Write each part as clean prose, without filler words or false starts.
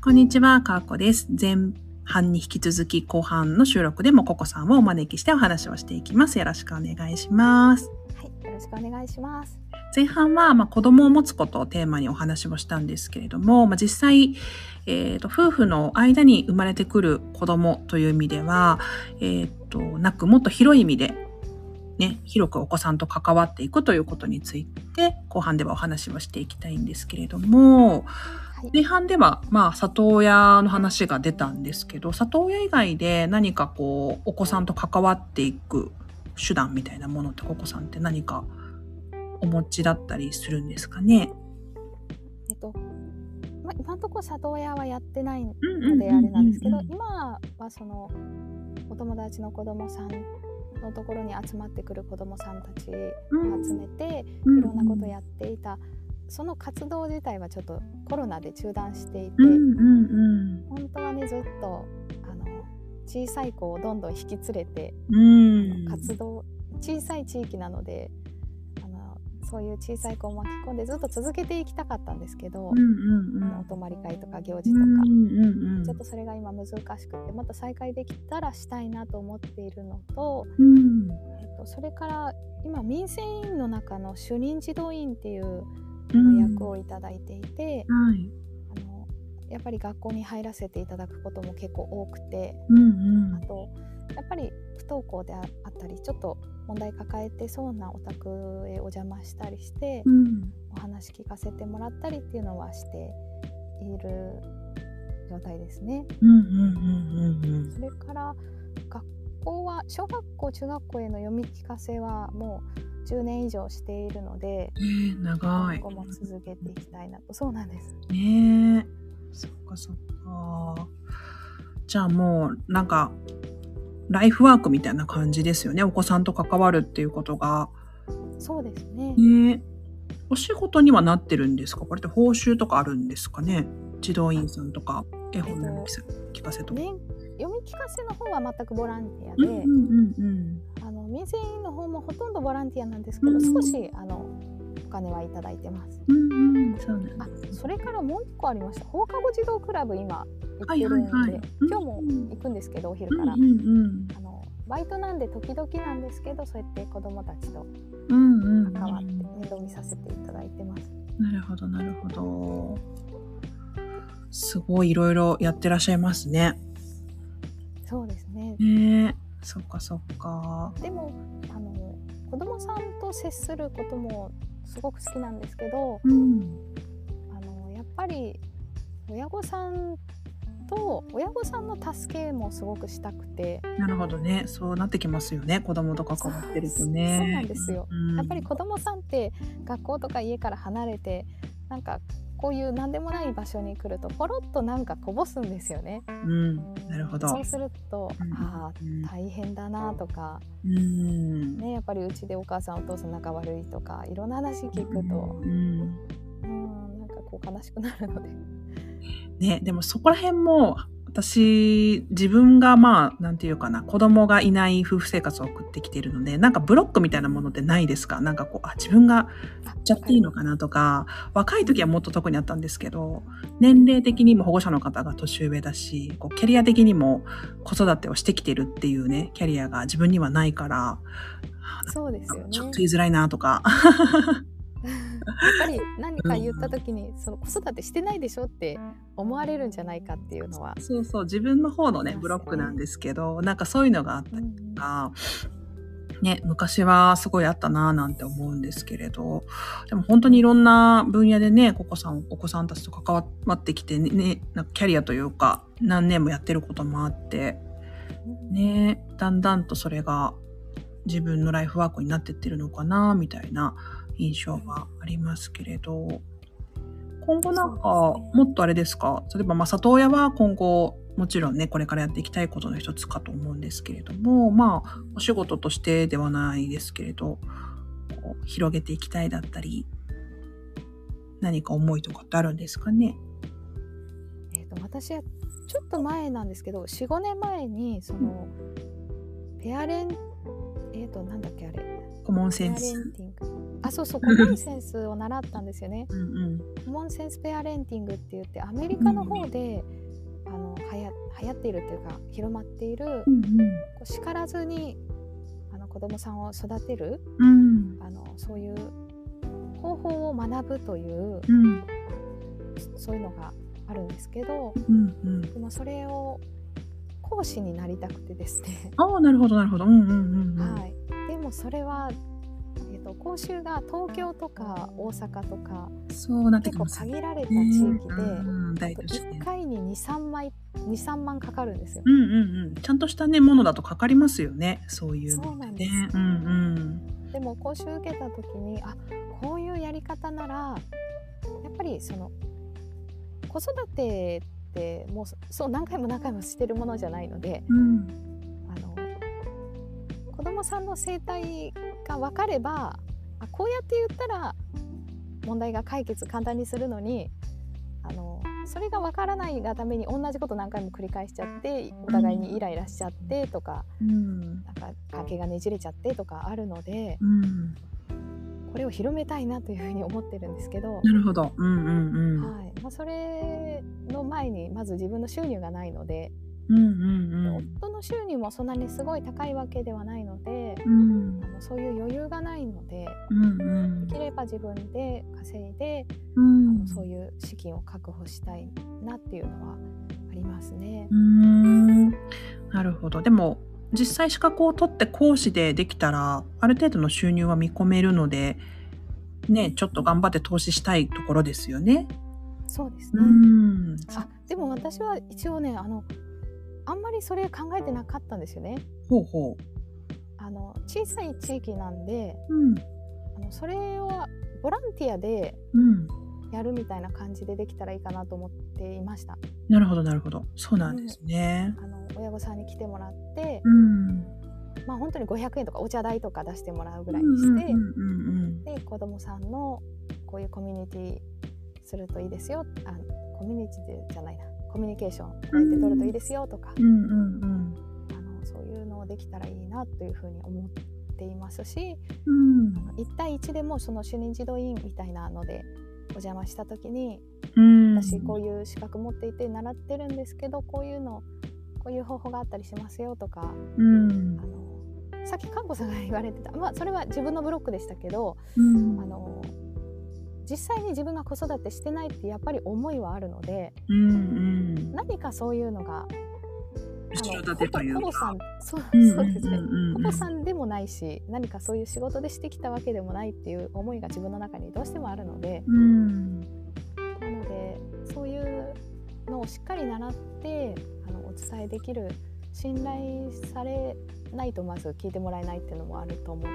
こんにちは、かーこです。前半に引き続き後半の収録でもココさんをお招きしてお話をしていきます。よろしくお願いします。 はい、よろしくお願いします。 前半は子供を持つことをテーマにお話をしたんですけれども、実際、夫婦の間に生まれてくる子供という意味では、なくもっと広い意味でね、広くお子さんと関わっていくということについて後半ではお話をしていきたいんですけれども、前半では里親の話が出たんですけど、里親以外で何かお子さんと関わっていく手段みたいなものってココさんって何かお持ちだったりするんですかね？ 今のところ里親はやってないのであれなんですけど、今はそのお友達の子供さんのところに集まってくる子供さんたちを集めていろんなことをやっていた、その活動自体はちょっとコロナで中断していて、本当はねずっと小さい子をどんどん引き連れて、活動、小さい地域なのでそういう小さい子を巻き込んでずっと続けていきたかったんですけど、お泊まり会とか行事とか、ちょっとそれが今難しくて、また再開できたらしたいなと思っているのと、それから今民生委員の中の主任児童委員っていう役をいただいていて、やっぱり学校に入らせていただくことも結構多くて、あとやっぱり不登校であったりちょっと問題抱えてそうなお宅へお邪魔したりして、お話聞かせてもらったりっていうのはしている状態ですね。それから学校は小学校中学校への読み聞かせはもう10年以上しているので、 長い。 今後も続けていきたいなと。そうなんですね。そっかそっか。じゃあもうなんかライフワークみたいな感じですよね。お子さんと関わるっていうことが。 そうですね。 お仕事にはなってるんですか？これって報酬とかあるんですかね？児童員さんとか絵本の聞かせとか、 読み聞かせの方は全くボランティアで、民生委員の方もほとんどボランティアなんですけど、少しお金はいただいてます。それからもう一個ありました。放課後児童クラブ今行ってるので、今日も行くんですけど、お昼から、バイトなんで時々なんですけど、そうやって子どもたちと関わって面倒見させていただいてます。 なるほどなるほど。すごいいろいろやってらっしゃいますね。 そうですね。 そっかそっか。 でも子どもさんと接することもすごく好きなんですけど、やっぱり親御さんの助けもすごくしたくて。 なるほどね。そうなってきますよね。子供と関わってるとね。 そうなんですよ。やっぱり子供さんって学校とか家から離れて、なんかこういう何でもない場所に来るとポロッとなんかこぼすんですよね。 なるほど。 そうすると、大変だなとか、やっぱりうちでお母さんお父さん仲悪いとかいろんな話聞くと、なんかこう悲しくなるので。 ね、でもそこら辺も私自分がなんていうかな、子供がいない夫婦生活を送ってきているので、なんかブロックみたいなものってないですか？なんか自分がやっちゃっていいのかなとか、若い時はもっと特にあったんですけど、年齢的にも保護者の方が年上だし、キャリア的にも子育てをしてきてるっていうね、キャリアが自分にはないから、 そうですよね。 ちょっと言いづらいなとか。 やっぱり何か言った時に、その子育てしてないでしょって思われるんじゃないかっていうのは、 そう自分の方のねブロックなんですけど、なんかそういうのがあったりとか、昔はすごいあったなぁなんて思うんですけれど、でも本当にいろんな分野でね、お子さんたちと関わってきてね、なんかキャリアというか何年もやってることもあってね、だんだんとそれが自分のライフワークになってってるのかなみたいな印象がありますけれど、今後なんかもっとあれですか？例えば里親は今後もちろんねこれからやっていきたいことの一つかと思うんですけれども、お仕事としてではないですけれど、広げていきたいだったり何か思いとかってあるんですかね？ 私はちょっと前なんですけど、 4,5 年前にそのペアレンなんだっけあれ、 コモンセペアンス。 レンティング。そうそう、コモンセンスを習ったんですよね。 うんうん。 コモンセンスペアレンティングって言って、アメリカの方で、流行っているっていうか広まっている、こう叱らずに子供さんを育てる、そういう方法を学ぶという、そういうのがあるんですけど、でもそれを講師になりたくてですね。 なるほどなるほど。はい。 でもそれは、講習が東京とか大阪とか、 そうなって結構きます。 限られた地域で、 1 回に2,3万かかるんですよ。 ちゃんとしたねものだとかかりますよね、そういうのね。 そうなんです。でも講習受けた時に、こういうやり方ならやっぱりその子育てってもうそう何回もしてるものじゃないので、子供さんの生態が分かれば、こうやって言ったら問題が簡単にするのに、それが分からないがために同じこと何回も繰り返しちゃって、お互いにイライラしちゃってとか、なんか関係がねじれちゃってとかあるので、これを広めたいなというふうに思ってるんですけど。 なるほど。 それの前にまず自分の収入がないので、夫の収入もそんなにすごい高いわけではないので、そういう余裕がないので、できれば自分で稼いで、そういう資金を確保したいなっていうのはありますね。 なるほど。でも実際資格を取って講師でできたらある程度の収入は見込めるのでね、ちょっと頑張って投資したいところですよね。 そうですね。でも私は一応ね、あんまりそれ考えてなかったんですよね。小さい地域なんで、それをボランティアでやるみたいな感じでできたらいいかなと思っていました。 なるほどなるほど。そうなんですね。 親御さんに来てもらって、本当に500円とかお茶代とか出してもらうぐらいにして、で子供さんのこういうコミュニティするといいですよ、コミュニティじゃないな、コミュニケーションこうやって取るといいですよとか、そういうのをできたらいいなというふうに思っていますし、1対1でもその主任児童員みたいなのでお邪魔した時に、私こういう資格持っていて習ってるんですけど、こういう方法があったりしますよとか、さっきかんこさんが言われてた、それは自分のブロックでしたけど、実際に自分が子育てしてないってやっぱり思いはあるので、何かそういうのが後ろ盾というか、 保母さん、そうですね、保母さんでもないし、何かそういう仕事でしてきたわけでもないっていう思いが自分の中にどうしてもあるので、なのでそういうのをしっかり習ってお伝えできる、信頼されないとまず聞いてもらえないっていうのもあると思って、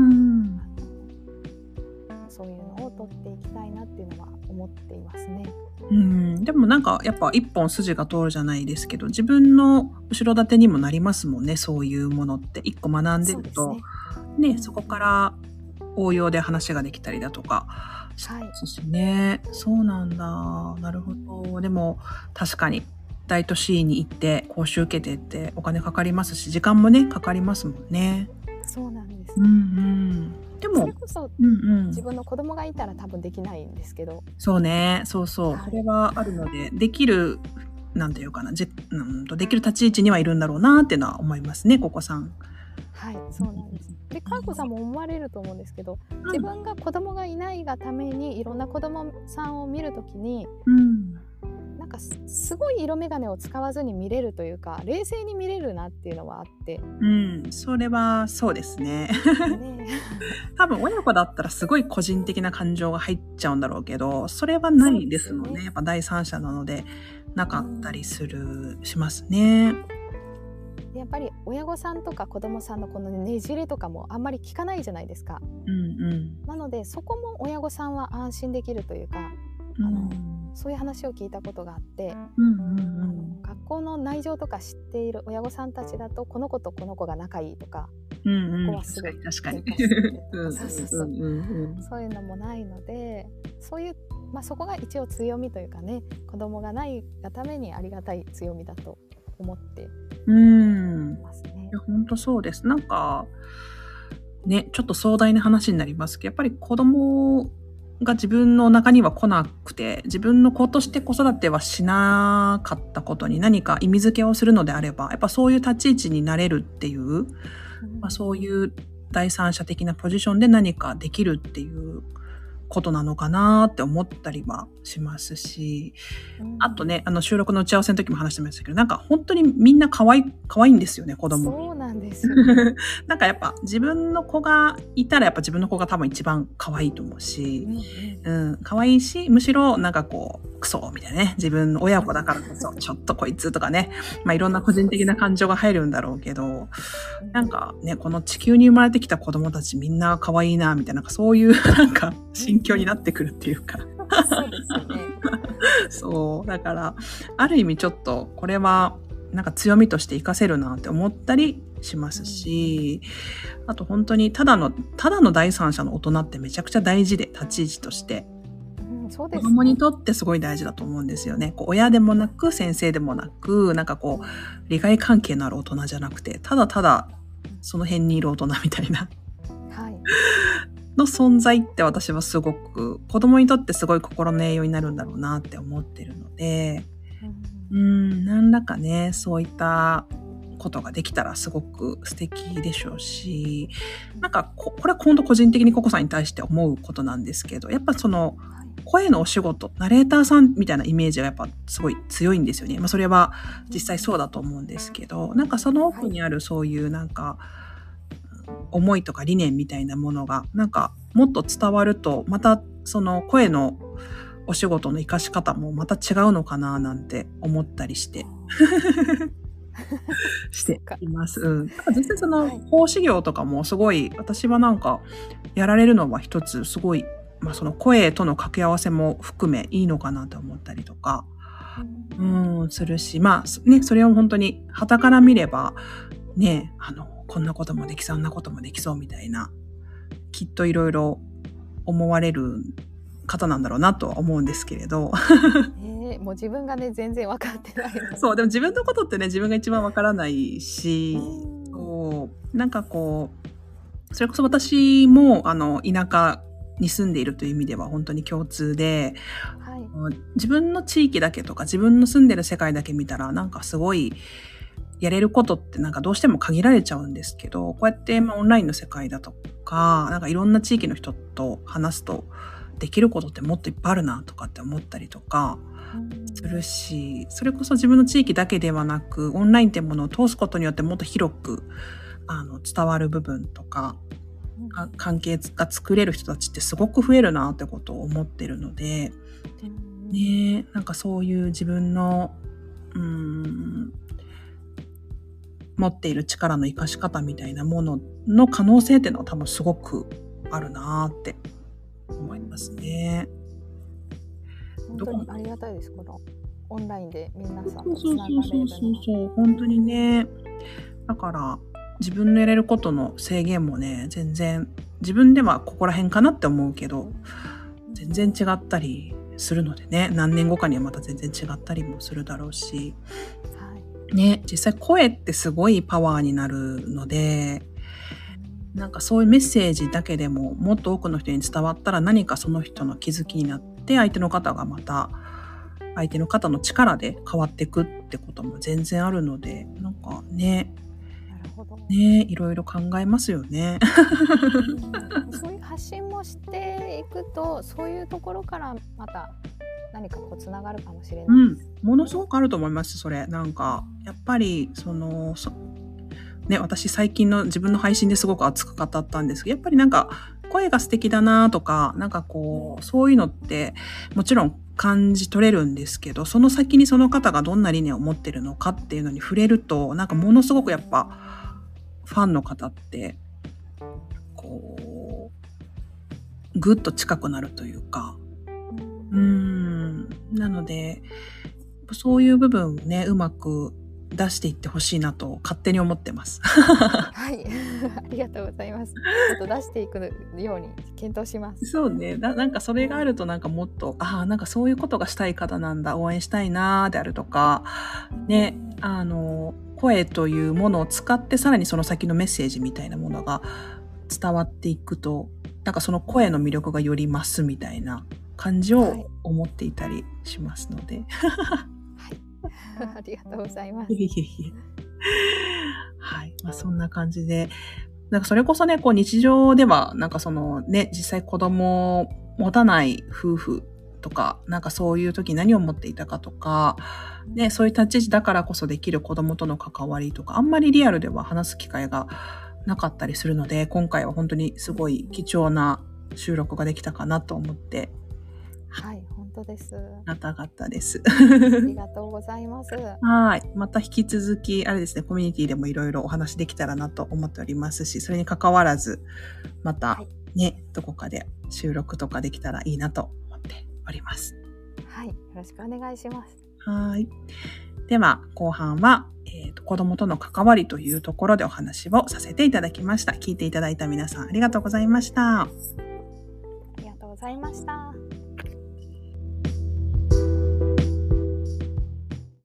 そういうのを取っていきたいなっていうのは思っていますね。 でもなんかやっぱ一本筋が通るじゃないですけど、自分の後ろ盾にもなりますもんね、そういうものって一個学んでるとそこから応用で話ができたりだとかしね。そうなんだ。なるほど。でも確かに大都市に行って講習受けてってお金かかりますし、時間もねかかりますもんね。 そうなんです。 でもそれこそ、自分の子供がいたら多分できないんですけど。 そうね、そう、それはあるので、できるなんていうかな、できる立ち位置にはいるんだろうなっていうのは思いますね、ここさん。 そうなんです。で、かんこさんも思われると思うんですけど、自分が子供がいないがためにいろんな子供さんを見るときに、なんかすごい色眼鏡を使わずに見れるというか、冷静に見れるなっていうのはあって、 それはそうですね。多分親子だったらすごい個人的な感情が入っちゃうんだろうけど、それはないですもんね。やっぱ第三者なのでなかったりしますね。 やっぱり親御さんとか子供さんのこのねじれとかもあんまり聞かないじゃないですか。なのでそこも親御さんは安心できるというか、そういう話を聞いたことがあって、学校の内情とか知っている親御さんたちだと、この子とこの子が仲いいとか、ここはすごい確かにそういうのもないので、そういう、そこが一応強みというかね、子供がないがためにありがたい強みだと思ってますね。 本当そうです。なんかね、ちょっと壮大な話になりますけど、やっぱり子供が自分の中には来なくて、自分の子として子育てはしなかったことに何か意味付けをするのであれば、やっぱそういう立ち位置になれるっていう、そういう第三者的なポジションで何かできるっていうことなのかなって思ったりはしますし、あとね、収録の打ち合わせの時も話してましたけど、なんか本当にみんな可愛いんですよね、子供。 そうなんですよ、ね。 なんかやっぱ自分の子がいたらやっぱ自分の子が多分一番可愛いと思うし、可愛いし、むしろなんかこう、クソみたいなね、自分の親子だからこそ、ちょっとこいつとかね、まあいろんな個人的な感情が入るんだろうけど、なんかね、この地球に生まれてきた子供たちみんな可愛いな、みたいな、なんかそういうなんか心境になってくるっていうか。 そうですよね。 そう。だから、ある意味ちょっと、これは、なんか強みとして活かせるなって思ったりしますし、あと本当にただの第三者の大人ってめちゃくちゃ大事で、立ち位置として。 そうですね、 子供にとってすごい大事だと思うんですよね。こう親でもなく、先生でもなく、なんかこう、利害関係のある大人じゃなくて、ただただ、その辺にいる大人みたいな。 はい。 の存在って私はすごく、子供にとってすごい心の栄養になるんだろうなって思ってるので、何らかね、そういったことができたらすごく素敵でしょうし、なんかこれは今度個人的にココさんに対して思うことなんですけど、やっぱその声のお仕事、ナレーターさんみたいなイメージがやっぱすごい強いんですよね。まあそれは実際そうだと思うんですけど、なんかその奥にあるそういうなんか思いとか理念みたいなものがなんかもっと伝わると、またその声のお仕事の活かし方もまた違うのかななんて思ったりしてしています。実際その講師業とかもすごい私はなんかやられるのは一つすごい、まあその声との掛け合わせも含めいいのかなと思ったりとか、するし、まあね、それを本当に傍から見ればね、こんなこともできそう、あんなこともできそうみたいな、きっといろいろ思われる方なんだろうなとは思うんですけれど。 もう自分がね、全然分かってない。 そう、でも自分のことってね、自分が一番分からないし、そうなんかこう、それこそ私も田舎に住んでいるという意味では本当に共通で、自分の地域だけとか自分の住んでる世界だけ見たらなんかすごいやれることってなんかどうしても限られちゃうんですけど、こうやってオンラインの世界だとか、なんかいろんな地域の人と話すとできることってもっといっぱいあるなとかって思ったりとかするし、それこそ自分の地域だけではなく、オンラインっていうものを通すことによってもっと広く伝わる部分とか、関係が作れる人たちってすごく増えるなってことを思ってるので、ね、なんかそういう自分の持っている力の生かし方みたいなものの可能性っていうのは多分すごくあるなーって思いますね。 本当にありがたいです。このオンラインで皆さんとつながれるの。 そう本当にね。だから自分のやれることの制限もね、全然自分ではここら辺かなって思うけど、全然違ったりするのでね、何年後かにはまた全然違ったりもするだろうし、ね、実際声ってすごいパワーになるので、なんかそういうメッセージだけでももっと多くの人に伝わったら何かその人の気づきになって、相手の方がまた相手の方の力で変わっていくってことも全然あるので、なんかね、いろいろ考えますよね。 そういう発信もしていくと、そういうところからまた何かこうつながるかもしれないです。 ものすごくあると思います。それなんかやっぱりね、私最近の自分の配信ですごく熱く語ったんですけど、やっぱりなんか声が素敵だなとか、なんかこうそういうのってもちろん感じ取れるんですけど、その先にその方がどんな理念を持ってるのかっていうのに触れると、なんかものすごくやっぱファンの方ってこうぐっと近くなるというか、なのでそういう部分をね、うまく出していってほしいなと勝手に思ってます。 はい、ありがとうございます。ちょっと出していくように検討します。 そうね、なんかそれがあるとなんかもっとなんかそういうことがしたい方なんだ、応援したいなであるとかね、声というものを使ってさらにその先のメッセージみたいなものが伝わっていくと、なんかその声の魅力がより増すみたいな感じを思っていたりしますので。 はい。ありがとうございます。 はい。まあそんな感じで、なんかそれこそね、こう日常では、なんかそのね、実際子供を持たない夫婦とか、なんかそういう時何を思っていたかとか、ね、そういう立ち位置だからこそできる子供との関わりとか、あんまりリアルでは話す機会がなかったりするので、今回は本当にすごい貴重な収録ができたかなと思って。 はい、本当です。 ありがたです。 ありがとうございます。 はい。また引き続き、あれですね、コミュニティでもいろいろお話できたらなと思っておりますし、それに関わらず、またね、どこかで収録とかできたらいいなと思っております。 はい。よろしくお願いします。 はい。では、後半は、子供との関わりというところでお話をさせていただきました。聞いていただいた皆さんありがとうございました。 ありがとうございました。